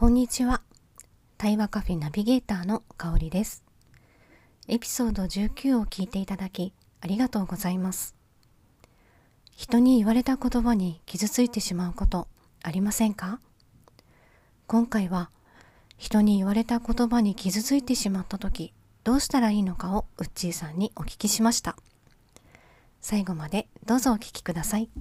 こんにちは。対話カフェナビゲーターの香りです。エピソード19を聞いていただきありがとうございます。人に言われた言葉に傷ついてしまうことありませんか？今回は人に言われた言葉に傷ついてしまった時どうしたらいいのかをウッチーさんにお聞きしました。最後までどうぞお聞きください。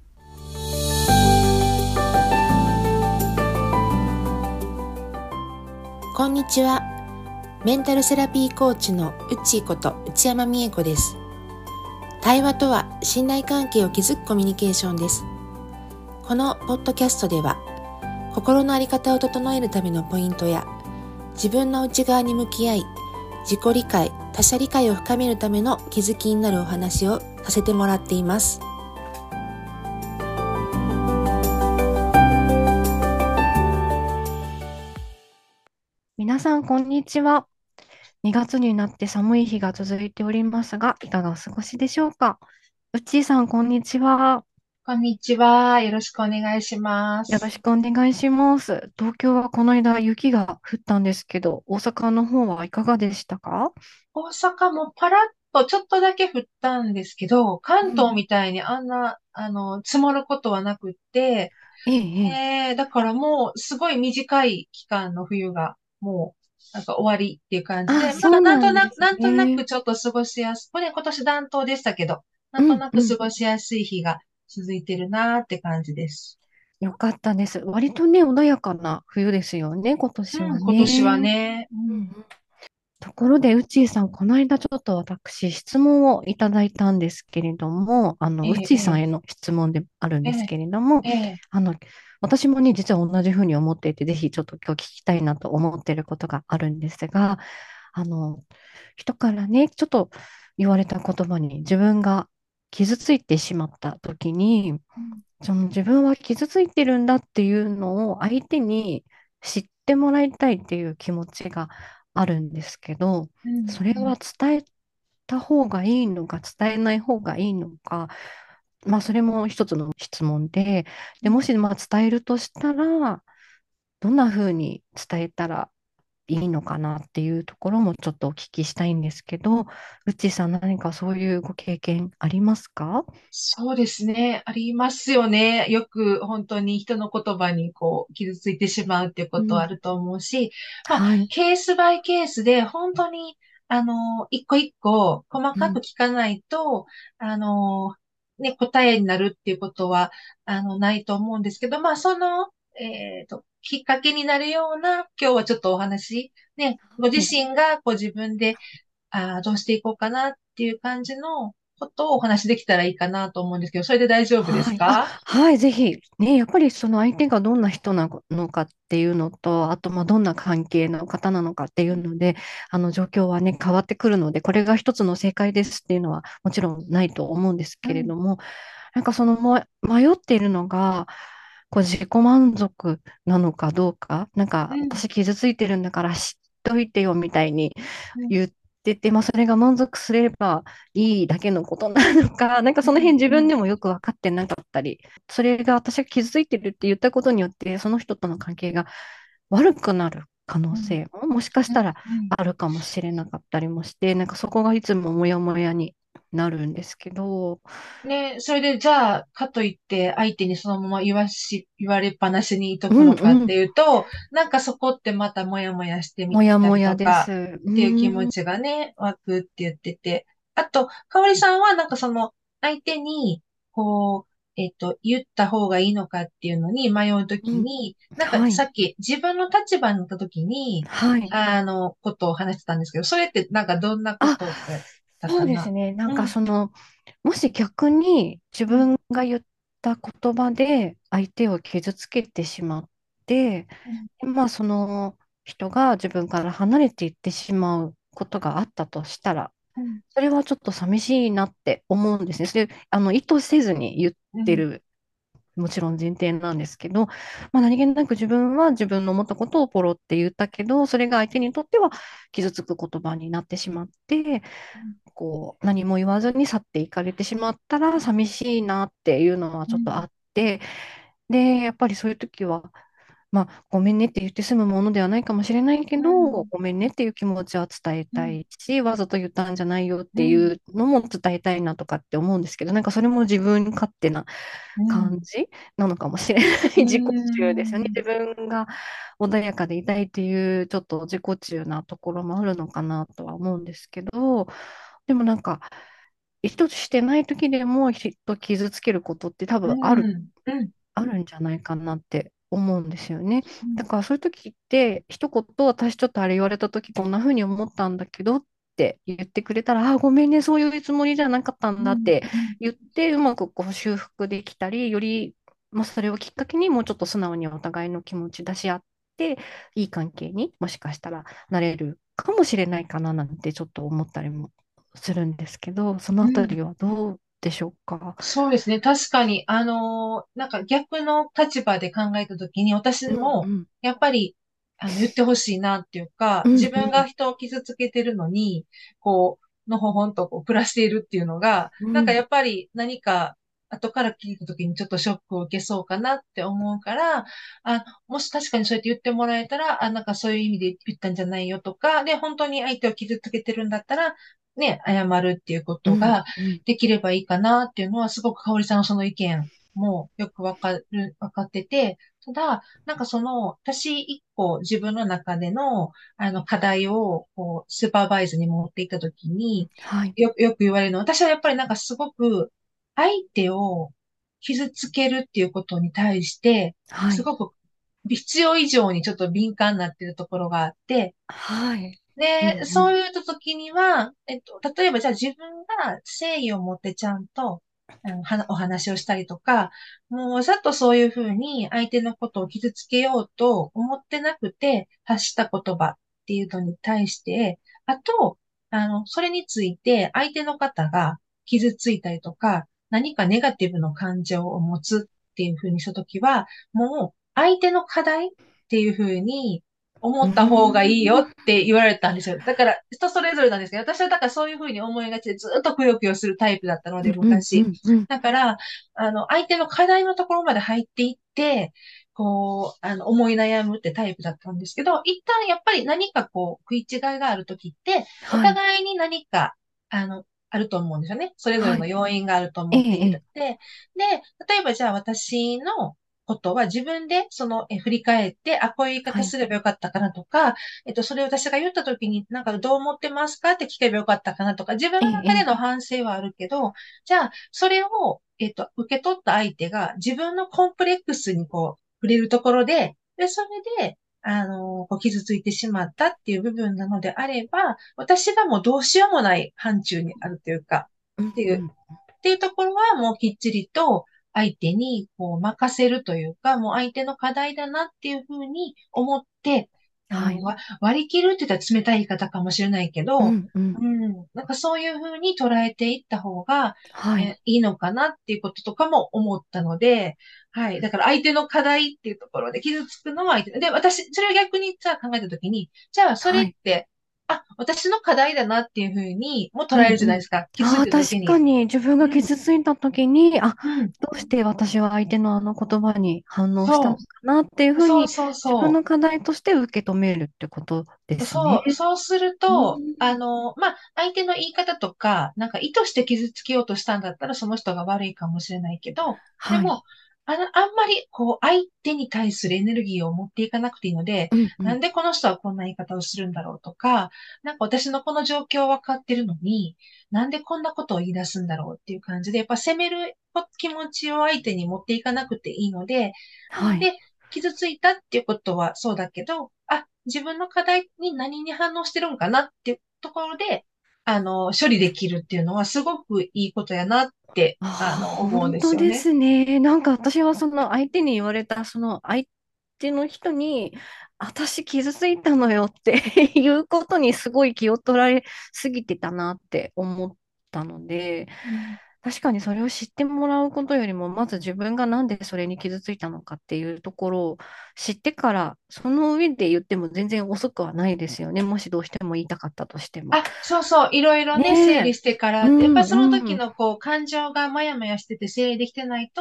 こんにちは。メンタルセラピーコーチのうっちーこと内山美恵子です。対話とは信頼関係を築くコミュニケーションです。このポッドキャストでは心の在り方を整えるためのポイントや自分の内側に向き合い自己理解、他者理解を深めるための気づきになるお話をさせてもらっています。 皆さんこんにちは。2月になって寒い日が続いておりますが、いかがお過ごしでしょうか。うっちーさん、こんにちは。 こんにちは。よろしくお願いします。 よろしくお願いします。東京はこの間雪が降ったんですけど、大阪の方はいかがでしたか？ 大阪もパラッとちょっとだけ降ったんですけど、関東うん。 みたいにあんな、積もることはなくって、 ええ、ええ。 だからもうすごい短い期間の冬がもうなんか終わりっていう感じあ、 で、まそうだなんとなく、 なんですなんとなね。 くちょっと過ごしやすく、今年暖冬でしたけど、なうん、 んとなうん。 く過ごしやすい日が続いてるなーって感じです。 よかったです。割とね、穏やかな冬ですよね、今年はうん、今年はね。 ね。ううんうん。 ん。 ところで、うっちーさん、この間ちょっと私、質問をいただいたんですけれども、 ええ、 うっちーさんえへの質問であるんですえ、 けれども、 ええ、 あの、私もね、実は同じふうに思っていて、ぜひちょっと今日聞きたいなと思っていることがあるんですが、あの、人からね、ちょっと言われた言葉に自分が傷ついてしまった時に、 うん、 その自分は傷ついてるんだっていうのを相手に知ってもらいたいっていう気持ちがあるんですけど、 うん、 それはうん。 伝えた方がいいのか伝えない方がいいのか、まあそれも一つの質問で、もしまあ伝えるとしたら、どんな風に伝えたらいいのかなっていうところもちょっとお聞きしたいんですけど、うちさん何かそういうご経験ありますか？ そうですね。ありますよね。よく本当に人の言葉にこう傷ついてしまうっていうことはあうん。 ると思うし、まあ、 はい。 ケースバイケースで本当に、一個一個細かくうん。 聞かないと、答えになるっていうことは、ないと思うんですけど、まあ、きっかけになるような、今日はちょっとお話、ね、ご自はい。 身がこう自分でどうしていこうかなっていう感じのことをお話しできたらいいかなと思うんですけど、それで大丈夫ではい。 すか？ はい。ぜひ、ね、やっぱりその相手がどんな人なのかっていうのと、あと、まあ、どんな関係の方なのかっていうので、状況はね、変わってくるので、これが一つの正解ですっていうのはもちろんないと思うんですうん、 けれども、なんかその迷っているのが、こう自己満足なのかどうか、なんかうん、 私傷ついてるんだから知っといてよみたいにうん、 言ってて、まあ、それが満足すればいいだけのことなのか、なんかその辺自うん、 分でもよく分かってなかったり、それが私が傷ついてるって言ったことによって、その人との関係が悪くなる可能うん、 性ももしかしうん、 たらうん。 あるかもしれなかったりもして、なんかそこがいつもモヤモヤになるんですけど、 ね、それでじゃあ、かといって相手にそのまま言われっぱなしにいとうんくのかってうん、 いうと、なんかそこってまたもやもやしてもやきたりもやです。 とかうっていう気持ん、 ちがね、湧くって言ってて。あと、かおりさんはなんかその相手に、こう、言った方がいいのかっていうのに迷うとうん、 きに、なんかはい、 さっき自分の立場になったときに、 はい。 ことを話してたんですけど、それってなんかどんなこあ、 とだったそうかな？ ですね。なんうん、 かもし逆に自うん、 分が言った言葉で相手を傷つけてしまって、 うん、 まあその人が自分から離れていってしまうことがあったとしたら、 うん、 それはちょっと寂しいなって思うんですね。それ、意図せずに言っうん、 てるもちろん前提なんですけど、まあ、何気なく自分は自分の思ったことをポロって言ったけど、それが相手にとっては傷つく言葉になってしまって、こう何も言わずに去っていかれてしまったら寂しいなっていうのはうん、 ちょっとあって、で、やっぱりそういう時はまあ、ごめんねって言って済むものではないかもしれないけど、 うん、 ごめんねっていう気持ちは伝えうん、 たいし、わざと言ったんじゃないよっていうん、 うのも伝えたいなとかって思うんですけど、なんかそれも自分勝手なうん、 感じなのかもしれない。 う自己中ですよね。 ん、 自分が穏やかでいたいっていうちょっと自己中なところもあるのかなとは思うんですけど、でもなんか、意図してない時でも人を傷つけることって多う分ん、うん、 あるんじゃないかなって思うんですよね。 うん、 だからそういう時って一言私ちょっとあれ言われた時こんな風に思ったんだけどって言ってくれたら、あ、ごめんね、そういうつもりじゃなかったんだってうん、 言ってうまくこう修復できたり、より、まあ、それをきっかけにもうちょっと素直にお互いの気持ち出し合っていい関係にもしかしたらなれるかもしれないかななんてちょっと思ったりもするんですけど、そのあたうん。 りはどうでしょうか。 そうですね。確かに、なんか逆の立場で考えたときに、私うんうも、 んやっぱり、言ってほしいなっていうか、 うん自分が人を傷つけてるのに、このほほんとこう暮らしているっていうのが、なんかうんやっぱり何か、後から聞いたときにちょっとショックを受けそうかなって思うから、もし確かにそうやって言ってもらえたら、なんかそういう意味で言ったんじゃないよとか、で、本当に相手を傷つけてるんだったら、ね、謝るっていうこうんとが、 うんできればいいかなっていうのは、すごく香織さんのその意見もよくわかってて、ただ、なんか私一個自分の中での、課題を、こう、スーパーバイズに持っていったときに、 はい。 よく言われるのは、私はやっぱりなんかすごく、相手を傷つけるっていうことに対して、 はい。 すごく必要以上にちょっと敏感になってるところがあって、 はい。うんで、 うん。 そういう時には、例えばじゃあ自分が誠意を持ってちゃんと、お話をしたりとか、もうわざとそういうふうに相手のことを傷つけようと思ってなくて発した言葉っていうのに対して、あと、それについて相手の方が傷ついたりとか、何かネガティブな感情を持つっていうふうにしたときは、もう相手の課題っていうふうにうー思った方がいいよっん。 て言われたんですよ。だから人それぞれなんですけど、私はだからそういうふうに思いがちでずっとくよくよするタイプだったので、 うんうんう昔。 んうん。 だから、相手の課題のところまで入っていって、こう、思い悩むってタイプだったんですけど、一旦やっぱり何かこう、食い違いがあるときって、おはい。 互いに何か、あると思うんですよね。それぞれはい。 の要因があるとええ、 思っていええ。 る。で、例えばじゃあ私のことは自分で振り返って、こういう言いはい。 方すればよかったかなとか、それを私が言った時になんかどう思ってますかって聞けばよかったかなとか、自分ええ、 の中でのええ。 反省はあるけど、じゃあ、それを、受け取った相手が自分のコンプレックスにこう、触れるところで、それで、こう傷ついてしまったっていう部分なのであれば、私がもうどうしようもない範疇にあるというか、っていう、 うんうん。 っていうところはもうきっちりと相手にこう任せるというか、もう相手の課題だなっていうふうに思って、 はい。 割り切るって言ったら冷たい言い方かもしれないけうど、 んうん。 なんかそういうふうに捉えていった方が、 はい。 いいのかなっていうこととかも思ったので、はい。だから相手の課題っていうところで傷つくのは相手。で、私、それを逆にじゃあ考えたときに、じゃあそれはい。 って、私の課題だなっていうふうにも捉えるじゃうんうん。 ないですか。気づいああ、 たときに。 確かに自分がうん、 傷ついた時に、あ、 うん。 どうして私は相手のあの言葉に反応したのそかなっていうふう、 うにそうそ自分の課題として受け止めるってことですね。 そうするうと、 ん。 まあ、相手の言い方とか、なんか意図して傷つけようとしたんだったらその人が悪いかもしれないけど、ではい。 も、あんまり、こう、相手に対するエネルギーを持っていかなくていいので、 うんうん。 なんでこの人はこんな言い方をするんだろうとか、なんか私のこの状況分かってるのに、なんでこんなことを言い出すんだろうっていう感じで、やっぱ責める気持ちを相手に持っていかなくていいので、なはい。 ので、傷ついたっていうことはそうだけど、自分の課題に何に反応してるんかなっていうところで、処理できるっていうのはすごくいいことやなって、 ああ、 思うん本当でですよね。 すね。なんか私はその相手に言われた、その相手の人に、私傷ついたのよっていうことにすごい気を取られすぎてたなって思ったので、 うん。 確かにそれを知ってもらうことよりも、まず自分がなんでそれに傷ついたのかっていうところを知ってから、その上で言っても全然遅くはないですよね。もしどうしても言いたかったとしても。 そうそう、いろいろね、整ねえ。 理してから、 うやっぱそのんうん。 時のこう、感情がもやもやしてて整理できてないと、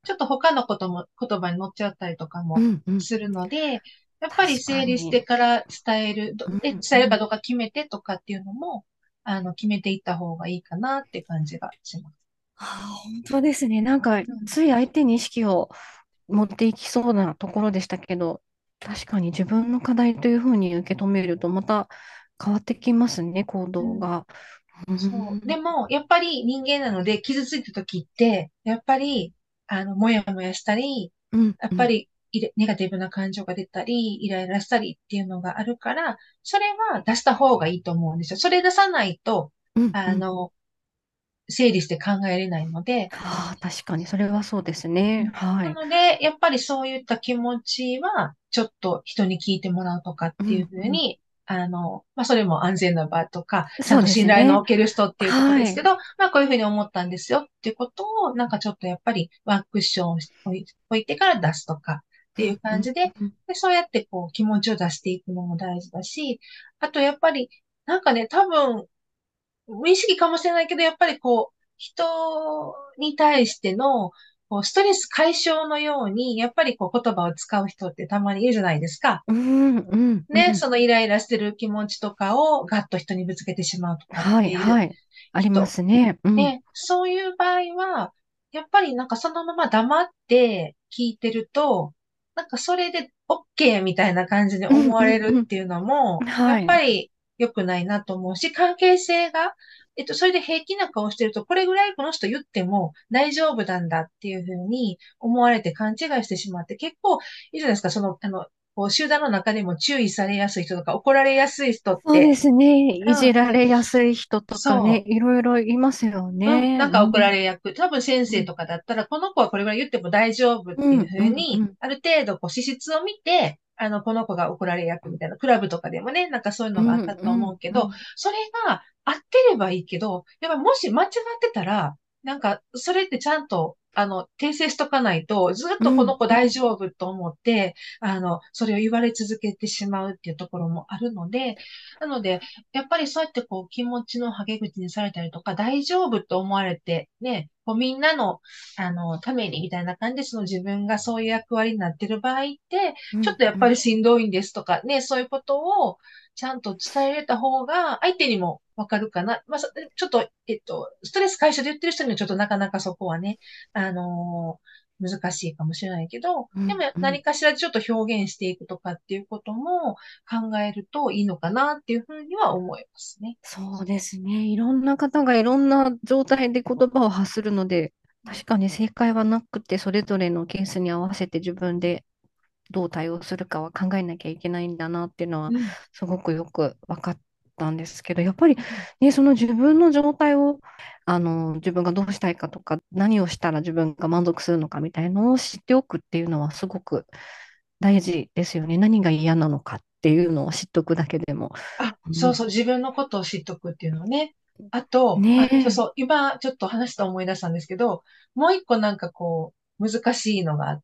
ちょっと他のことも言葉に乗っちゃったりとかもうんうん。 するので、やっぱり確か整理してに。 から伝える、 うん伝えるかうん。 どうか決めてとかっていうのも、決めていった方がいいかなって感じがします。 本当ですね。なんか、 うん。 つい相手に意識を持っていきそうなところでしたけど、確かに自分の課題というふうに受け止めると、また変わってきますね、行うん。 動が。うそう。でん。 も、やっぱり人間なので、傷ついた時って、やっぱり、もやもやしたり、 うんうん。 やっぱりネガティブな感情が出たり、イライラしたりっていうのがあるから、それは出した方がいいと思うんですよ。それ出さないと、 うんうん。 あの、整理して考えれないので、 確かに、それはそうですね。 うん。 はい。 なので、やっぱりそういった気持ちは、ちょっと人に聞いてもらうとかっうていうんうん。 ふうに、それも安全な場とか、ちゃんそうとですね。 信頼のおける人っていうことではい。 すけど、こういうふうに思ったんですよっていうことを、ちょっとやっぱりワンクッションを置いてから出すとかっていううんうん感じで、 うん。 そうやってこう気持ちを出していくのも大事だし、あとやっぱり、多分、無意識かもしれないけど、やっぱりこう、人に対しての、こう、ストレス解消のように、やっぱりこう、言葉を使う人ってたまにいるじゃないですか。 うんうんうね、 ん。 そのイライラしてる気持ちとかをガッと人にぶつけてしまうとかっはいていうはい。ありま人。 すね。うん。 ね、そういう場合は、やっぱりそのまま黙って聞いてると、それで OK みたいな感じにうん思われうんうるっていうのも、 ん。 やっはい。 ぱり良くないなと思うし、関係性が、それで平気な顔してると、これぐらいこの人言っても大丈夫なんだっていうふうに思われて勘違いしてしまって、結構いいじゃないですか、こう集団の中でも注意されやすい人とか怒られやすい人って、 そうですね。いうん、 じられやすい人とかね、 そう。 いろいろいますようん、 ね。 怒られ役。多分先うん生とかだったら、この子はこれぐらい言っても大丈夫っていううんふうに、 うんうん。 ある程度こう資質を見て、この子が怒られ役みたいな、クラブとかでもね、そういううんのがあったとうん思うけど、 うん。 それが合ってればいいけど、やっぱもし間違ってたら、それってちゃんと、訂正しとかないと、ずっうとこの子んうん。 大丈夫と思って、それを言われ続けてしまうっていうところもあるので、なので、やっぱりそうやってこう気持ちのはげ口にされたりとか、大丈夫と思われて、ね、こうみんなの、ためにみたいな感じで、その自分がそういう役割になってる場合って、 うちょっとやっぱりんうん。 しんどいんですとか、ね、そういうことをちゃんと伝えれた方が、相手にもわかるかな。ちょっと、ストレス解消で言ってる人にはちょっとなかなかそこはね、難しいかもしれないけど、 うでもんうん。 何かしらちょっと表現していくとかっていうことも考えるといいのかなっていうふうには思いますね。 そうですね。いろんな方がいろんな状態で言葉を発するので、確かに正解はなくて、それぞれのケースに合わせて自分でどう対応するかは考えなきゃいけないんだなっていうのは、 うん。 すごくよく分かったんですけど、やっぱりね、その自分の状態を、自分がどうしたいかとか、何をしたら自分が満足するのかみたいのを知っておくっていうのはすごく大事ですよね。何が嫌なのかっていうのを知っておくだけでも。 あ、 うん、 そうそう、自分のことを知っとくっていうのね。あと、 ねそうえ。 そう、今ちょっと話して思い出したんですけど、もう一個こう、難しいのがあって、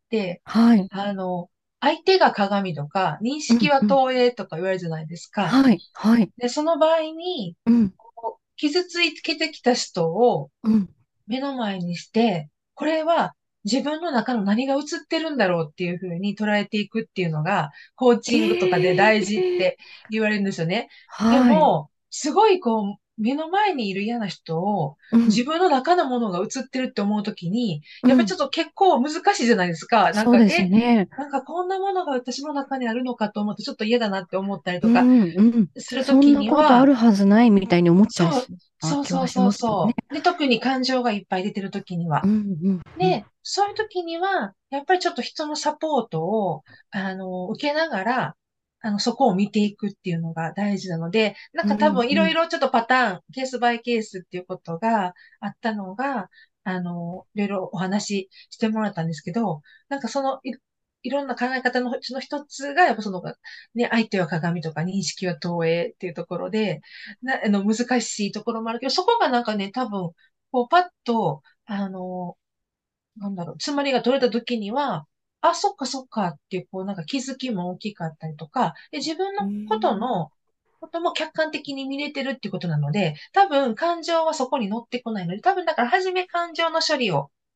はい。 あの、相手が鏡とか、認識はうんうん。 投影とか言われるじゃないですか。 はい。はい。 で、その場合に、 うん。 こう傷つけてきた人をうん。 目の前にして、これは自分の中の何が映ってるんだろうっていうふうに捉えていくっていうのが、コーチングとかで大事っええ、 て言われるんですよね。ではい。 も、すごいこう、目の前にいる嫌な人をうん。 自分の中のものが映ってるって思うときに、 うん。 やっぱりちょっと結構難しいじゃないですか。 そうですね。 こんなものが私の中にあるのかと思ってちょっと嫌だなって思ったりとかうんうん。 するときそんなには、 ことあるはずないみたいに思っちゃいそう、 そうな気はしますよね。 で、特に感情がいっぱい出てるときには。 うんうんうん。 で、そういう時には、やっぱりちょっと人のサポートを、受けながら、そこを見ていくっていうのが大事なので、 う多分いろいんうん。 ろちょっとパターン、ケースバイケースっていうことがあったのが、いろいろお話ししてもらったんですけど、いろんな考え方のうちの一つが、やっぱね、相手は鏡とか認識は投影っていうところで、難しいところもあるけど、そこが多分、こう、パッと、つまりが取れた時には、あ、そっかそっかっていう、こう、気づきも大きかったりとか、で、自分うのん。 ことも客観的に見れてるっていうことなので、多分感情はそこに乗ってこないので、多分だから初め感情の処理を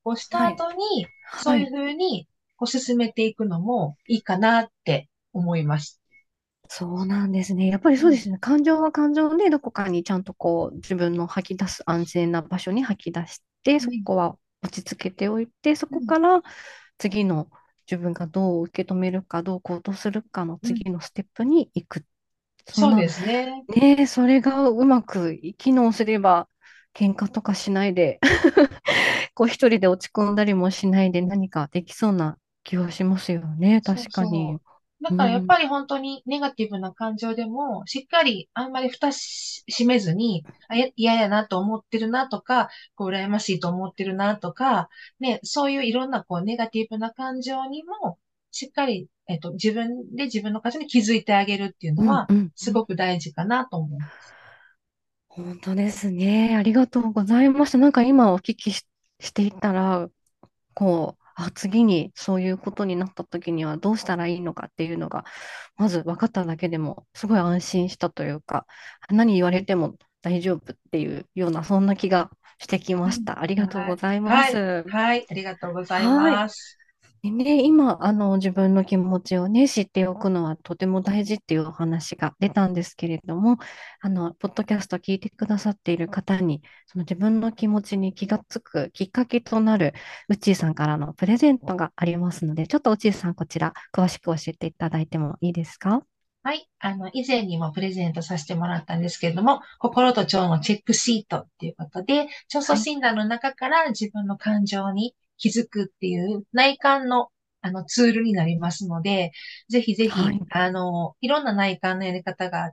をしたはい。 後に、そういうはい。 ふうに、進めていくのもいいかなって思います。 そうなんですね。やっぱりうん。 そうですね。感情は感情でどこかにちゃんとこう自分の吐き出す安全な場所に吐き出して、 うん。 そこは落ち着けておいて、そうん。 こから次の自分がどう受け止めるか、どう行動するかのうん。 次のステップに行く。そのそうですね。 ね、それがうまく機能すれば、喧嘩とかしないでこう一人で落ち込んだりもしないで何かできそうな気はしますよね。 そう確かに。 そう。だからやっうん。 ぱり本当にネガティブな感情でも、しっかりあんまり閉めずに、嫌やなと思ってるなとか、羨ましいと思ってるなとか、ね、そういういろんなネガティブな感情にも、しっかり、自分で自分の感情に気づいてあげるっていうのは、 うんうんうん。 すごく大事かなと思う。 本当ですね。ありがとうございました。なんか今お聞きしていたら、次にそういうことになった時にはどうしたらいいのかっていうのが、まず分かっただけでも、すごい安心したというか、何言われても大丈夫っていうような、そんな気がしてきまうん。 した。ありがとうはい。 ございまはい。 す。 はい。ありがとうございはい。 ます。 でね、今、自分の気持ちをね、知っておくのはとても大事っていうお話が出たんですけれども、ポッドキャスト聞いてくださっている方に、その自分の気持ちに気がつくきっかけとなる、うっちーさんからのプレゼントがありますので、ちょっとうっちーさん、こちら、詳しく教えていただいてもいいですか？ はい。以前にもプレゼントさせてもらったんですけれども、心と腸のチェックシートっていうことで、調査はい。 診断の中から自分の感情に気づくっていう内観の、ツールになりますので、ぜひぜひ、 はい。 いろんな内観のやり方があって、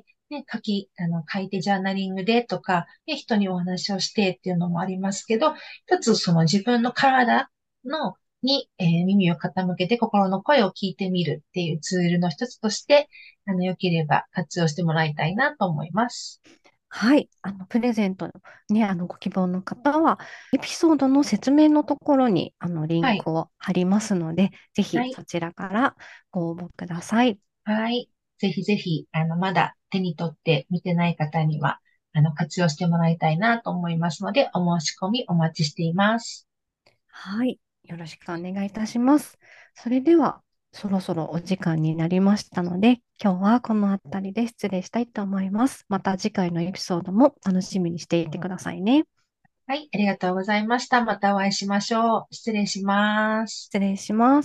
ね、書いてジャーナリングでとか、ね、人にお話をしてっていうのもありますけど、一つその自分の体の耳を傾けて心の声を聞いてみるっていうツールの一つとして、良ければ活用してもらいたいなと思います。 はい。プレゼントね、ご希望の方は、エピソードの説明のところに、リンはい。 クを貼りますので、ぜはい。 ひそちらからご応募ください。 はい。ぜひぜひ、まだ手に取って見てない方には、活用してもらいたいなと思いますので、お申し込みお待ちしています。 はい。よろしくお願いいたします。それでは、そろそろお時間になりましたので、今日はこの辺りで失礼したいと思います。また次回のエピソードも楽しみにしていてくださいね。 はい。ありがとうございました。またお会いしましょう。失礼します。 失礼します。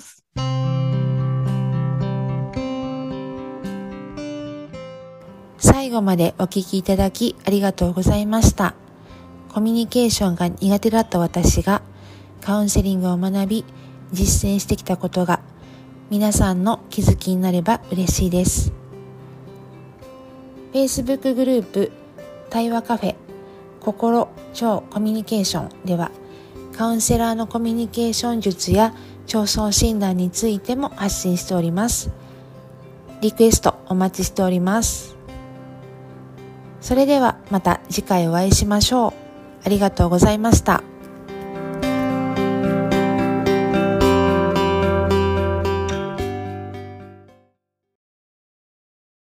最後までお聞きいただきありがとうございました。コミュニケーションが苦手だった私がカウンセリングを学び実践してきたことが皆さんの気づきになれば嬉しいです。Facebook グループ対話カフェ心超コミュニケーションではカウンセラーのコミュニケーション術や腸相診断についても発信しております。リクエストお待ちしております。それではまた次回お会いしましょう。ありがとうございました。